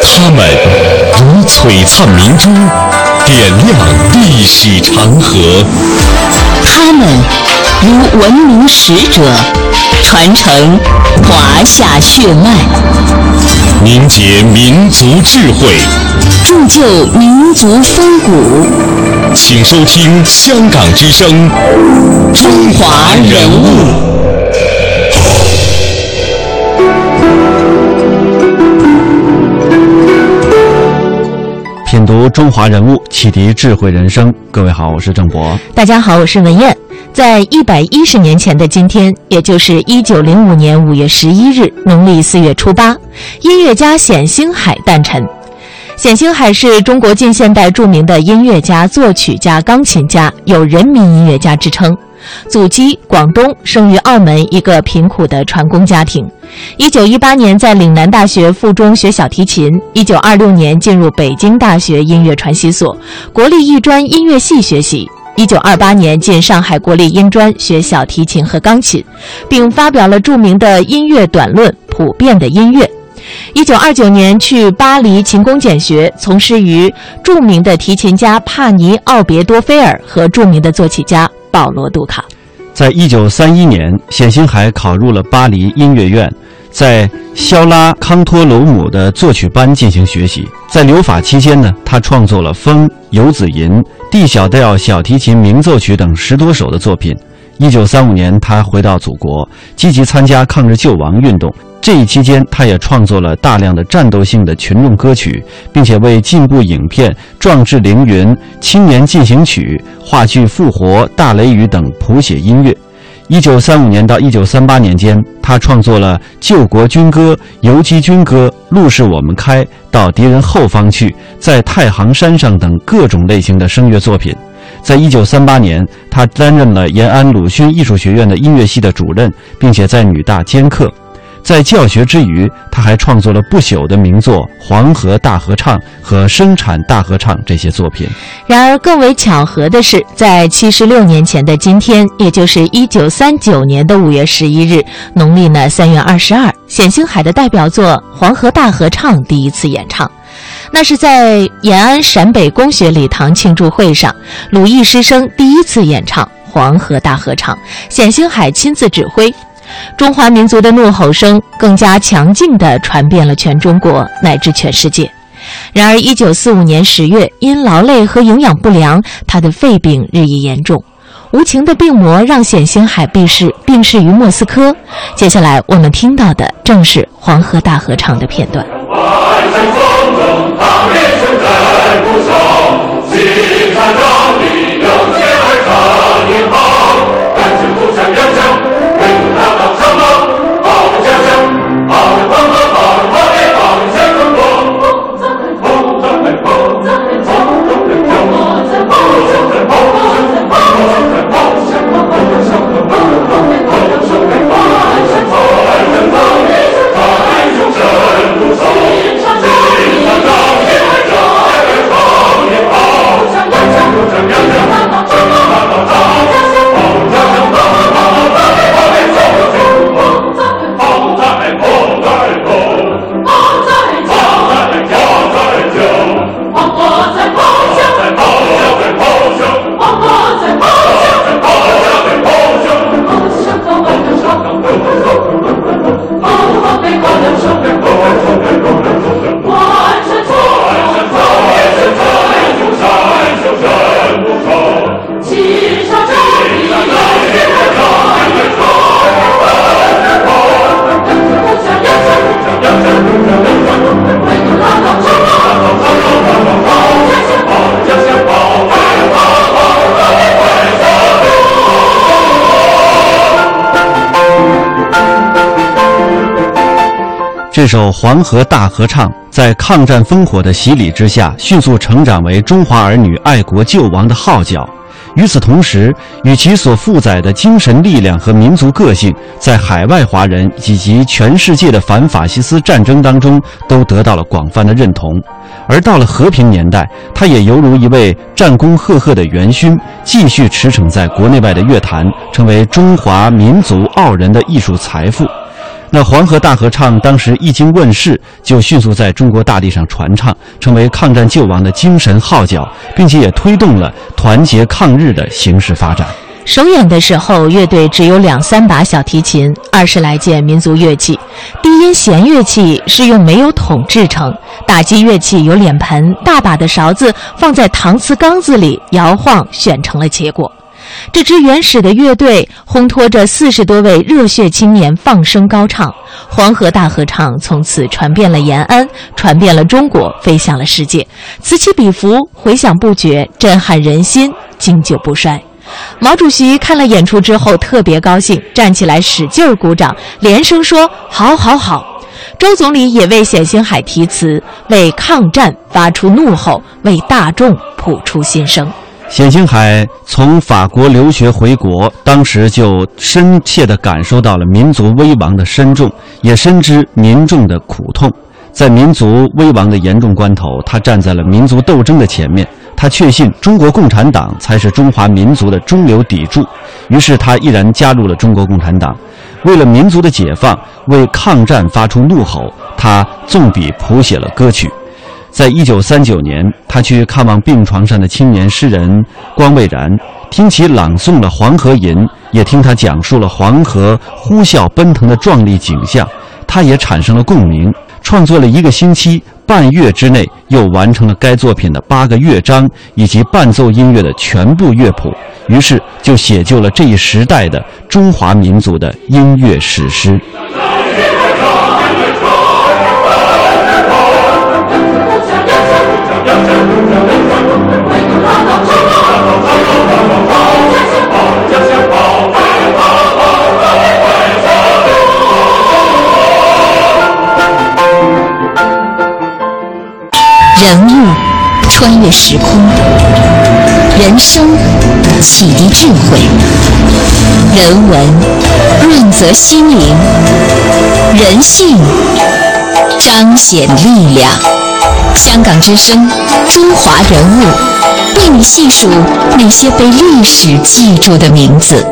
他们如璀璨明珠，点亮历史长河； 他们如文明使者，传承华夏血脉， 凝结民族智慧， 铸就民族风骨。 请收听香港之声《中华人物》。 品读中华人物，启迪智慧人生。各位好，我是郑博。 大家好，我是文燕。在110年前的今天，也就是1905年5月11日，农历4月初8，音乐家冼星海诞辰。冼星海是中国近现代著名的音乐家、作曲家、钢琴家，有人民音乐家之称。祖籍广东，生于澳门一个贫苦的船工家庭。1918年在岭南大学附中学小提琴，1926年进入北京大学音乐传习所国立艺专音乐系学习，1928年进上海国立音专学小提琴和钢琴，并发表了著名的音乐短论《普遍的音乐》。1929年去巴黎勤工俭学，从事于著名的提琴家帕尼奥别多菲尔和著名的作曲家保罗杜卡。 在1931年，冼星海考入了巴黎音乐院，在肖拉康托罗姆的作曲班进行学习。在留法期间呢，他创作了《风》《游子吟》《D 小调小提琴鸣奏曲》等10多首的作品。1935年，他回到祖国，积极参加抗日救亡运动。这一期间，他也创作了大量的战斗性的群众歌曲，并且为进步影片《壮志凌云》《青年进行曲》话剧《复活》《大雷雨》等谱写音乐。1935年到1938年间，他创作了《救国军歌》《游击军歌》《路是我们开》《到敌人后方去》《在太行山上》等各种类型的声乐作品。在1938年，他担任了延安鲁迅艺术学院的音乐系的主任，并且在女大兼课。在教学之余，他还创作了不朽的名作《黄河大合唱》和《生产大合唱》这些作品。 然而更为巧合的是，在76年前的今天，也就是1939年的5月11日，农历3月22，冼星海的代表作《黄河大合唱》第一次演唱。那是在延安陕北公学礼堂庆祝会上，鲁艺师生第一次演唱《黄河大合唱》，冼星海亲自指挥。中华民族的怒吼声更加强劲地传遍了全中国乃至全世界。然而1945年10月，因劳累和营养不良，他的肺病日益严重，无情的病魔让冼星海病逝于莫斯科。接下来我们听到的正是《黄河大合唱》的片段。 这首《黄河大合唱》在抗战烽火的洗礼之下，迅速成长为中华儿女爱国救亡的号角。与此同时，与其所负载的精神力量和民族个性，在海外华人以及全世界的反法西斯战争当中都得到了广泛的认同。而到了和平年代，他也犹如一位战功赫赫的元勋，继续驰骋在国内外的乐坛，成为中华民族傲人的艺术财富。 那黄河大合唱当时一经问世，就迅速在中国大地上传唱，成为抗战救亡的精神号角，并且也推动了团结抗日的形势发展。 首演的时候，乐队只有2-3把小提琴，20来件民族乐器，低音弦乐器是用没有筒制成，打击乐器有脸盆，大把的勺子放在搪瓷缸子里摇晃，选成了结果。这支原始的乐队烘托着40多位热血青年放声高唱，黄河大合唱从此传遍了延安，传遍了中国，飞向了世界，此起彼伏，回响不绝，震撼人心，经久不衰。毛主席看了演出之后特别高兴，站起来使劲鼓掌，连声说好好好。周总理也为冼星海题词，为抗战发出怒吼，为大众谱出心声。 冼星海从法国留学回国，当时就深切地感受到了民族危亡的深重，也深知民众的苦痛。在民族危亡的严重关头，他站在了民族斗争的前面。他确信中国共产党才是中华民族的中流砥柱，于是他毅然加入了中国共产党。为了民族的解放，为抗战发出怒吼，他纵笔谱写了歌曲。在1939年，他去看望病床上的青年诗人光蔚然，听其朗诵了《黄河吟》，也听他讲述了黄河呼啸奔腾的壮丽景象，他也产生了共鸣，创作了1个星期半月之内，又完成了该作品的8个乐章以及伴奏音乐的全部乐谱，于是就写就了这一时代的中华民族的音乐史诗。 人物穿越时空，人生启迪智慧，人文润泽心灵，人性彰显力量。香港之声，中华人物，为你细数那些被历史记住的名字。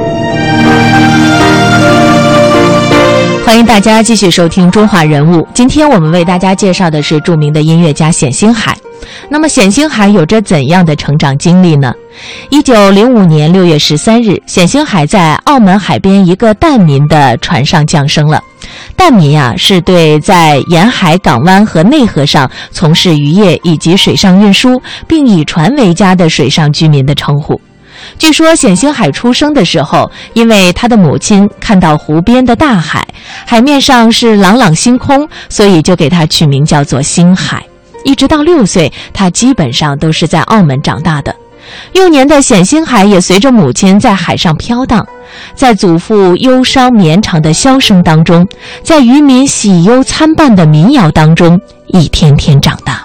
欢迎大家继续收听《中华人物》。今天我们为大家介绍的是著名的音乐家冼星海。那么冼星海有着怎样的成长经历呢？1905年6月13日，冼星海在澳门海边一个疍民的船上降生了。疍民是对在沿海港湾和内河上从事渔业以及水上运输，并以船为家的水上居民的称呼。据说冼星海出生的时候，因为他的母亲看到湖边的大海，海面上是朗朗星空，所以就给他取名叫做星海。一直到6岁，他基本上都是在澳门长大的。幼年的冼星海也随着母亲在海上飘荡，在祖父忧伤绵长的箫声当中，在渔民喜忧参半的民谣当中，一天天长大。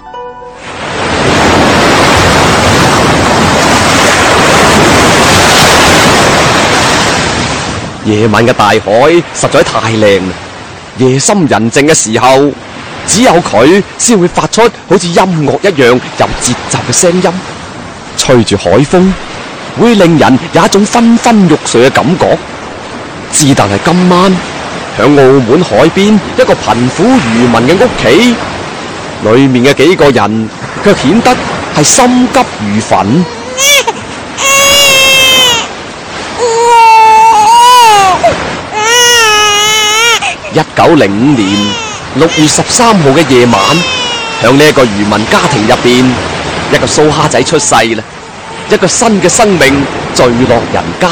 夜晚嘅大海實在太靚啦，夜深人靜嘅時候，只有佢先會發出好似音樂一樣有節奏嘅聲音，吹住海風，會令人有一種昏昏欲睡嘅感覺。只但係今晚響澳門海邊一個貧苦漁民嘅屋企，裏面嘅幾個人卻顯得係心急如焚。1905年6月13號嘅夜晚，響呢一個漁民家庭入邊，一個蘇蝦仔出世啦，一個新嘅生命墜落人間。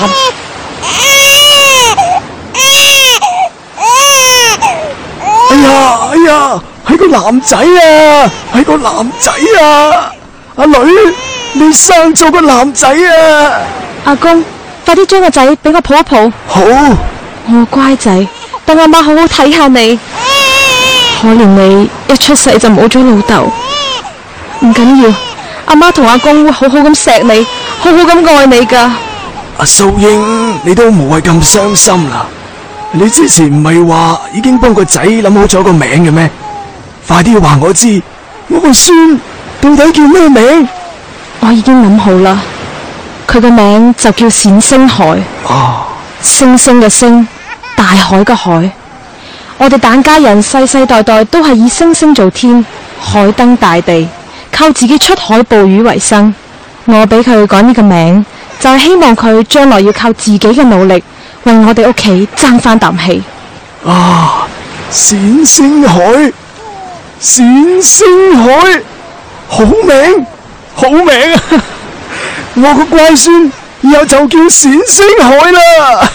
哎呀，係個男仔啊，係個男仔啊！阿女，你生咗個男仔啊！ 阿公，快啲將個仔俾我抱一抱。 好， 我乖仔。等阿媽好好睇下你，可憐你一出世就冇咗老豆，唔緊要，阿媽同阿公會好好咁錫你，好好咁愛你噶。 阿素英，你都無謂咁傷心啦，你之前唔係話已經幫個仔諗好咗個名嘅咩？快啲話我知，我個孫到底叫咩名？ 我已經諗好啦，佢個名就叫冼星海。 哦， 星星嘅星，大海嘅海。 我哋疍家人世世代代都係以星星做天，海登大地，靠自己出海捕魚為生。我俾佢改呢個名，就係希望佢將來要靠自己嘅努力，為我哋屋企爭翻啖氣。 啊！冼星海，冼星海，好名，好名啊！我個乖孫以後就叫冼星海啦！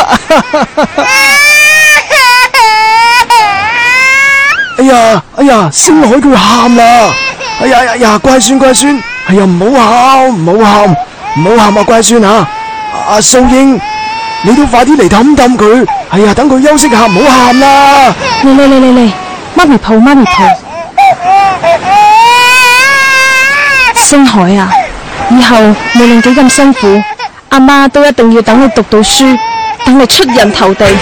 哎呀，星海佢喊啦！哎呀，乖孫，哎呀，唔好喊啊，乖孫啊！阿素英，你都快啲嚟氹氹佢，哎呀，等佢休息下，唔好喊啦！ 嚟，媽咪抱。星海啊，以後無論幾咁辛苦，阿媽都一定要等你讀到書，等你出人頭地。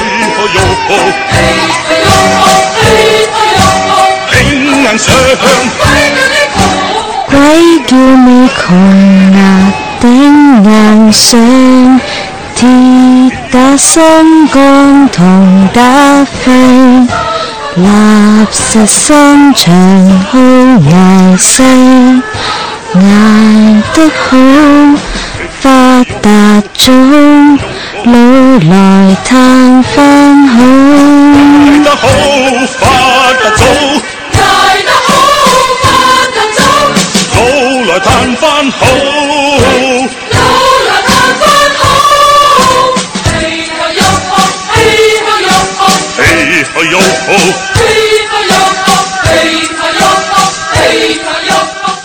鬼叫你窮牙頂硬上，鐵打心肝同打肺，立實心腸好捱世，捱得好發達早，老來嘆翻好。捱得好發達早，捱得好發達早，老來嘆翻好，老來嘆翻好。氣候又好，氣候又好，氣候又好，氣候又好，氣候又好，氣候又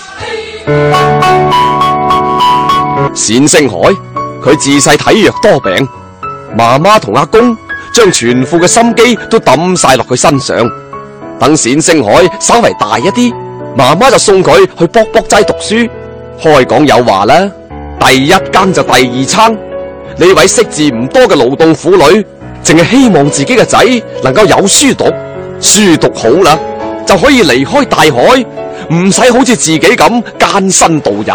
好。 冼星海佢自細體弱多病，媽媽同阿公將全副嘅心機都抌晒落佢身上。等冼星海稍為大一啲，媽媽就送佢去卜卜齋讀書。開講有話啦，第一更就第二餐。呢位識字唔多嘅勞動婦女，淨係希望自己嘅仔能夠有書讀，書讀好啦，就可以離開大海，唔使好似自己咁艱辛度日。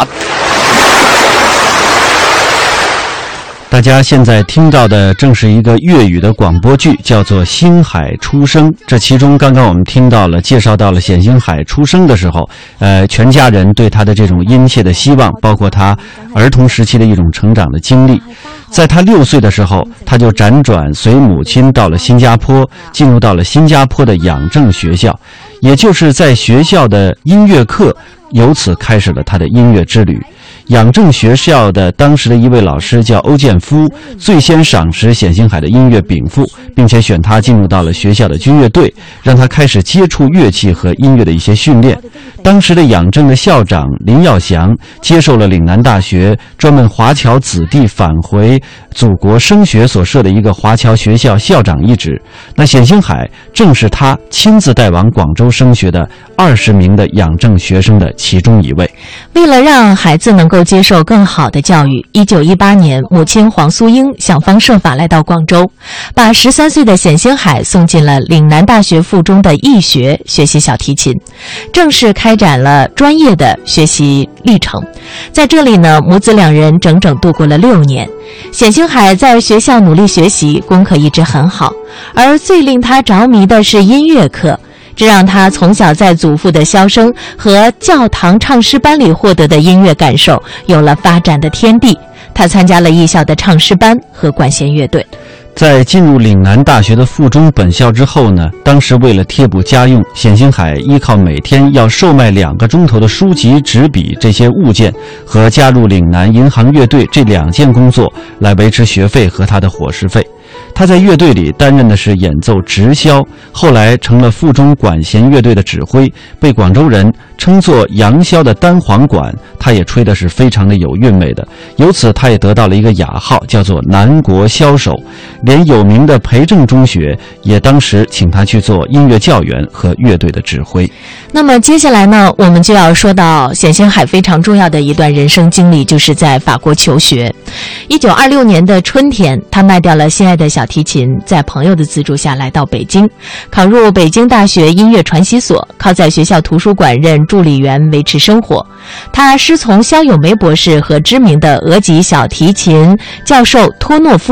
大家现在听到的正是一个粤语的广播剧，叫做《星海出生》。这其中刚刚我们听到了介绍到了冼星海出生的时候，全家人对他的这种殷切的希望，包括他儿童时期的一种成长的经历。在他6岁的时候，他就辗转随母亲到了新加坡，进入到了新加坡的养正学校，也就是在学校的音乐课，由此开始了他的音乐之旅。养正学校的当时的一位老师叫欧建夫，最先赏识冼星海的音乐禀赋，并且选他进入到了学校的军乐队，让他开始接触乐器和音乐的一些训练。当时的养正的校长林耀祥接受了岭南大学专门华侨子弟返回祖国升学所设的一个华侨学校校长一职。那冼星海正是他亲自带往广州升学的20名的养正学生的其中一位。 为了让孩子能够接受更好的教育，1918年，母亲黄素英想方设法来到广州，把13岁的冼星海送进了岭南大学附中的艺学学习小提琴，正式开展了专业的学习历程。在这里呢，母子2人整整度过了6年。冼星海在学校努力学习，功课一直很好，而最令他着迷的是音乐课。这让他从小在祖父的箫声和教堂唱诗班里获得的音乐感受有了发展的天地。他参加了艺校的唱诗班和管弦乐队。 在进入岭南大学的附中本校之后呢，当时为了贴补家用，冼星海依靠每天要售卖2个钟头的书籍、纸笔这些物件和加入岭南银行乐队这2件工作来维持学费和他的伙食费。他在乐队里担任的是演奏直箫，后来成了附中管弦乐队的指挥，被广州人称作杨箫的单簧管，他也吹的是非常的有韵味的。由此他也得到了一个雅号，叫做南国箫手。连有名的培正中学也当时请他去做音乐教员和乐队的指挥。 那么接下来呢，我们就要说到冼星海非常重要的一段人生经历，就是在法国求学。1926年的春天，他卖掉了心爱的小提琴，在朋友的资助下来到北京，考入北京大学音乐传习所，靠在学校图书馆任助理员维持生活。他师从肖友梅博士和知名的俄籍小提琴教授托诺夫。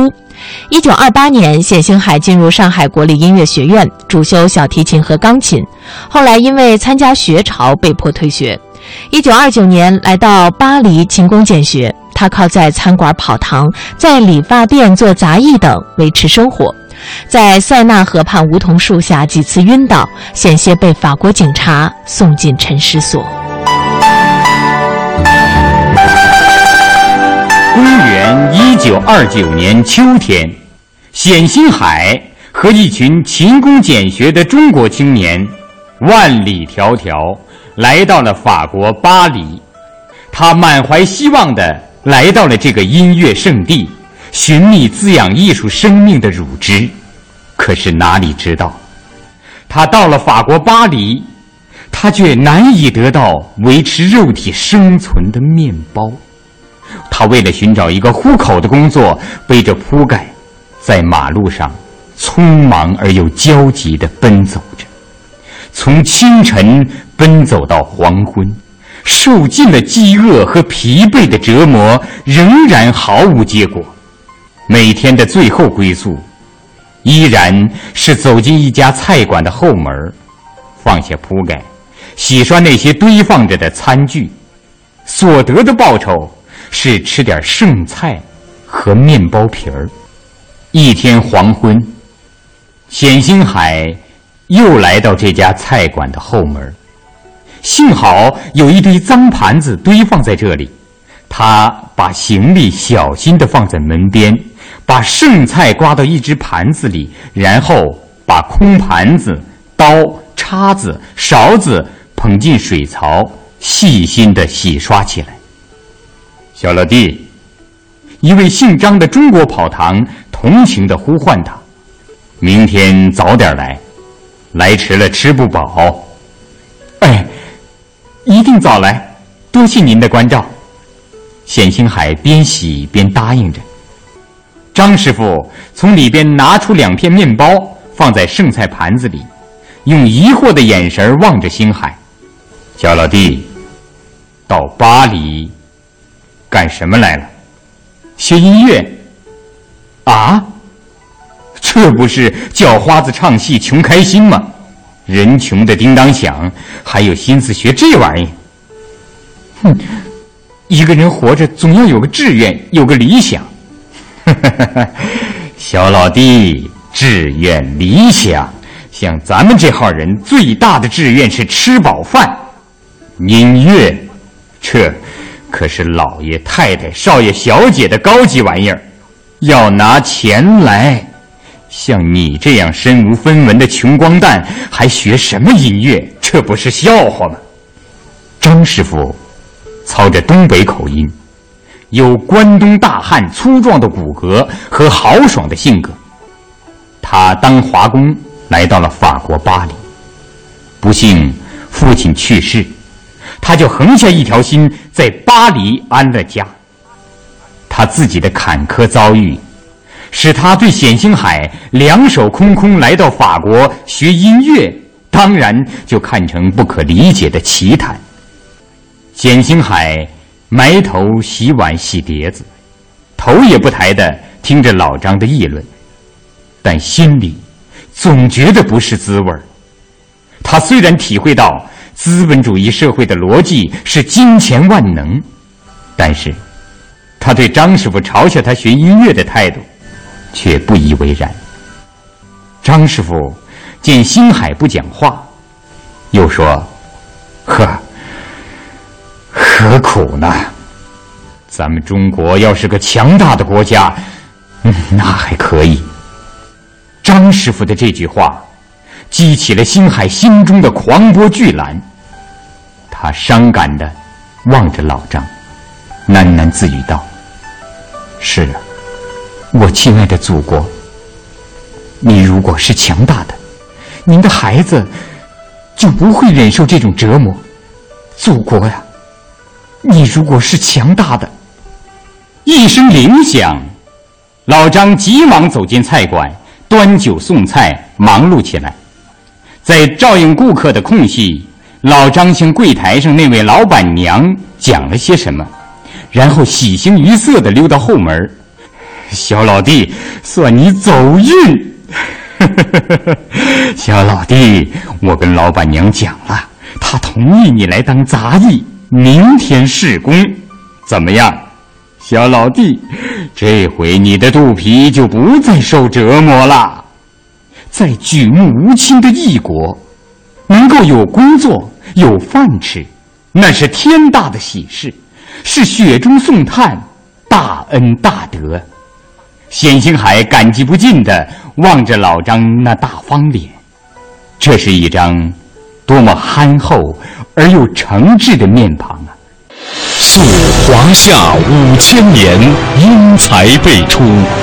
1928年，冼星海进入上海国立音乐学院，主修小提琴和钢琴。后来因为参加学潮被迫退学。1929年来到巴黎勤工俭学，他靠在餐馆跑堂、在理发店做杂役等维持生活。在塞纳河畔梧桐树下几次晕倒，险些被法国警察送进陈尸所。 公元1929年秋天，冼星海和一群勤工俭学的中国青年万里迢迢来到了法国巴黎。他满怀希望地来到了这个音乐圣地，寻觅滋养艺术生命的乳汁。可是哪里知道，他到了法国巴黎，他却难以得到维持肉体生存的面包。他为了寻找一个糊口的工作，背着铺盖，在马路上匆忙而又焦急地奔走着，从清晨奔走到黄昏，受尽了饥饿和疲惫的折磨，仍然毫无结果。每天的最后归宿，依然是走进一家菜馆的后门，放下铺盖，洗刷那些堆放着的餐具，所得的报酬是吃点剩菜和面包皮儿。一天黄昏，冼星海又来到这家菜馆的后门，幸好有一堆脏盘子堆放在这里，他把行李小心地放在门边，把剩菜刮到一只盘子里，然后把空盘子、刀、叉子、勺子捧进水槽，细心地洗刷起来。小老弟，一位姓张的中国跑堂同情地呼唤他，明天早点来，来迟了吃不饱。哎，一定早来，多谢您的关照。冼星海边洗边答应着。张师傅从里边拿出2片面包，放在剩菜盘子里，用疑惑的眼神望着星海。小老弟，到巴黎干什么来了？学音乐啊？这不是叫花子唱戏穷开心吗？人穷的叮当响，还有心思学这玩意儿？哼，一个人活着总要有个志愿，有个理想。小老弟，志愿理想，像咱们这号人最大的志愿是吃饱饭。音乐，这可是老爷太太少爷小姐的高级玩意儿，要拿钱来。像你这样身无分文的穷光蛋还学什么音乐？这不是笑话吗？张师傅操着东北口音，有关东大汉粗壮的骨骼和豪爽的性格。他当华工来到了法国巴黎，不幸父亲去世，他就横下一条心在巴黎安了家。他自己的坎坷遭遇使他对冼星海2手空空来到法国学音乐，当然就看成不可理解的奇谈。冼星海埋头洗碗洗碟子，头也不抬地听着老张的议论，但心里总觉得不是滋味儿。他虽然体会到资本主义社会的逻辑是金钱万能，但是他对张师傅嘲笑他学音乐的态度却不以为然。张师傅见星海不讲话，又说：何苦呢？咱们中国要是个强大的国家，那还可以。张师傅的这句话激起了星海心中的狂波巨澜，他伤感地望着老张，喃喃自语道：是啊，我亲爱的祖国，你如果是强大的，您的孩子就不会忍受这种折磨。祖国呀，你如果是强大的。一声铃响，老张急忙走进菜馆，端酒送菜，忙碌起来。在照应顾客的空隙，老张向柜台上那位老板娘讲了些什么，然后喜形于色地溜到后门， 小老弟，算你走运。小老弟，我跟老板娘讲了，她同意你来当杂役，明天试工，怎么样？小老弟，这回你的肚皮就不再受折磨了。在举目无亲的异国，能够有工作有饭吃，那是天大的喜事，是雪中送炭，大恩大德。冼星海感激不尽地望着老张那大方脸，这是一张多么憨厚而又诚挚的面庞啊！ 溯华夏5000年，英才辈出，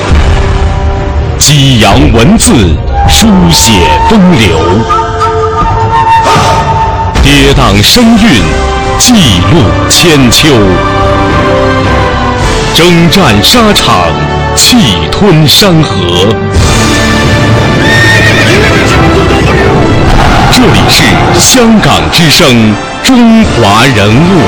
激扬文字，书写风流，跌宕声韵，记录千秋，征战沙场，气吞山河。这里是香港之声，中华人物。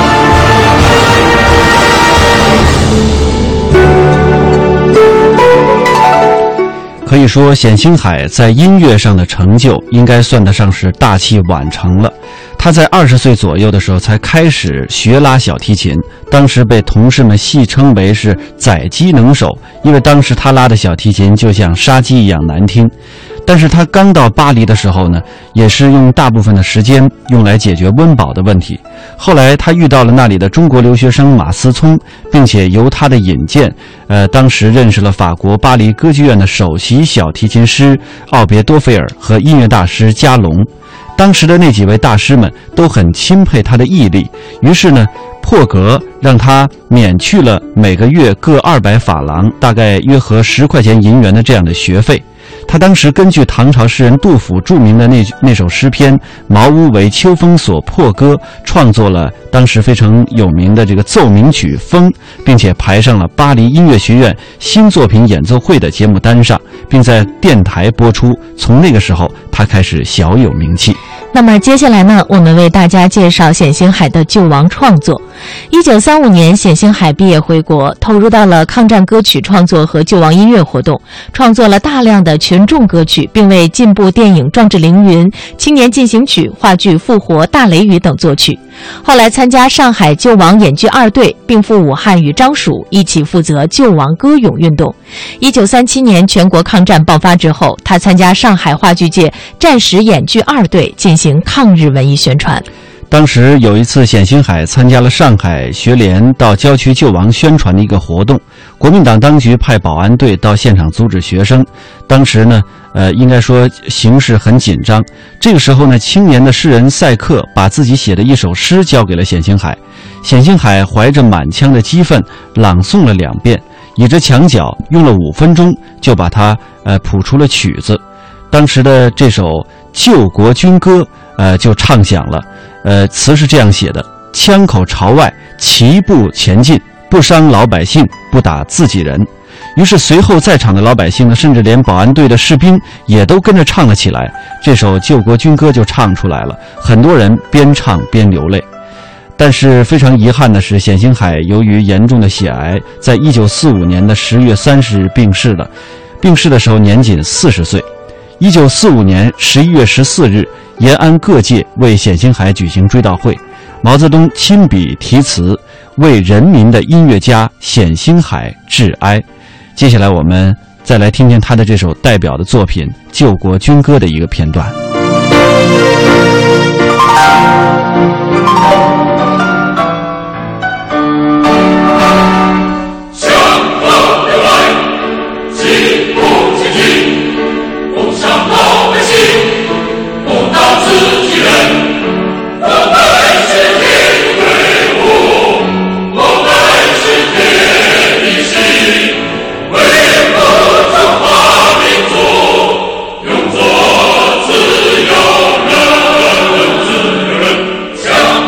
可以说，冼星海在音乐上的成就应该算得上是大器晚成了。他在20岁左右的时候才开始学拉小提琴，当时被同事们戏称为是宰鸡能手，因为当时他拉的小提琴就像杀鸡一样难听。但是他刚到巴黎的时候呢，也是用大部分的时间用来解决温饱的问题。后来他遇到了那里的中国留学生马思聪，并且由他的引荐，当时认识了法国巴黎歌剧院的首席小提琴师奥别多菲尔和音乐大师加隆。当时的那几位大师们都很钦佩他的毅力，于是呢，破格让他免去了每个月各200法郎，大概约合10块钱银元的这样的学费。他当时根据唐朝诗人杜甫著名的那首诗篇《茅屋为秋风所破歌》，创作了当时非常有名的这个奏鸣曲《风》，并且排上了巴黎音乐学院新作品演奏会的节目单上，并在电台播出。从那个时候，他开始小有名气。 那么接下来呢，我们为大家介绍冼星海的救亡创作。1935年，冼星海毕业回国，投入到了抗战歌曲创作和救亡音乐活动，创作了大量的群众歌曲，并为进步电影《壮志凌云》、青年进行曲、话剧《复活》、大雷雨等作曲。后来参加上海救亡演剧2队，并赴武汉与张曙一起负责救亡歌咏运动。1937年全国抗战爆发之后，他参加上海话剧界战时演剧2队进行抗日文艺宣传。 当时有一次，冼星海参加了上海学联到郊区救亡宣传的一个活动，国民党当局派保安队到现场阻止学生。当时呢，应该说形势很紧张。这个时候呢，青年的诗人赛克把自己写的一首诗交给了冼星海。冼星海怀着满腔的激愤，朗诵了2遍，倚着墙角用了5分钟就把它谱出了曲子。当时的这首《救国军歌》就唱响了。词是这样写的：枪口朝外，齐步前进，不伤老百姓，不打自己人。于是随后在场的老百姓呢，甚至连保安队的士兵也都跟着唱了起来，这首救国军歌就唱出来了，很多人边唱边流泪。但是非常遗憾的是，冼星海由于严重的血癌，在1945年的10月30日病逝了，病逝的时候年仅40岁。1945年11月14日，延安各界为冼星海举行追悼会，毛泽东亲笔题词，为人民的音乐家冼星海致哀。接下来我们再来听听他的这首代表的作品《救国军歌》的一个片段。 勇作自由人，人自人，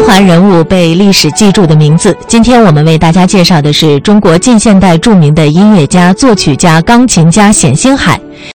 华人物被历史记住的名字。今天我们为大家介绍的是中国近现代著名的音乐家、作曲家、钢琴家冼星海。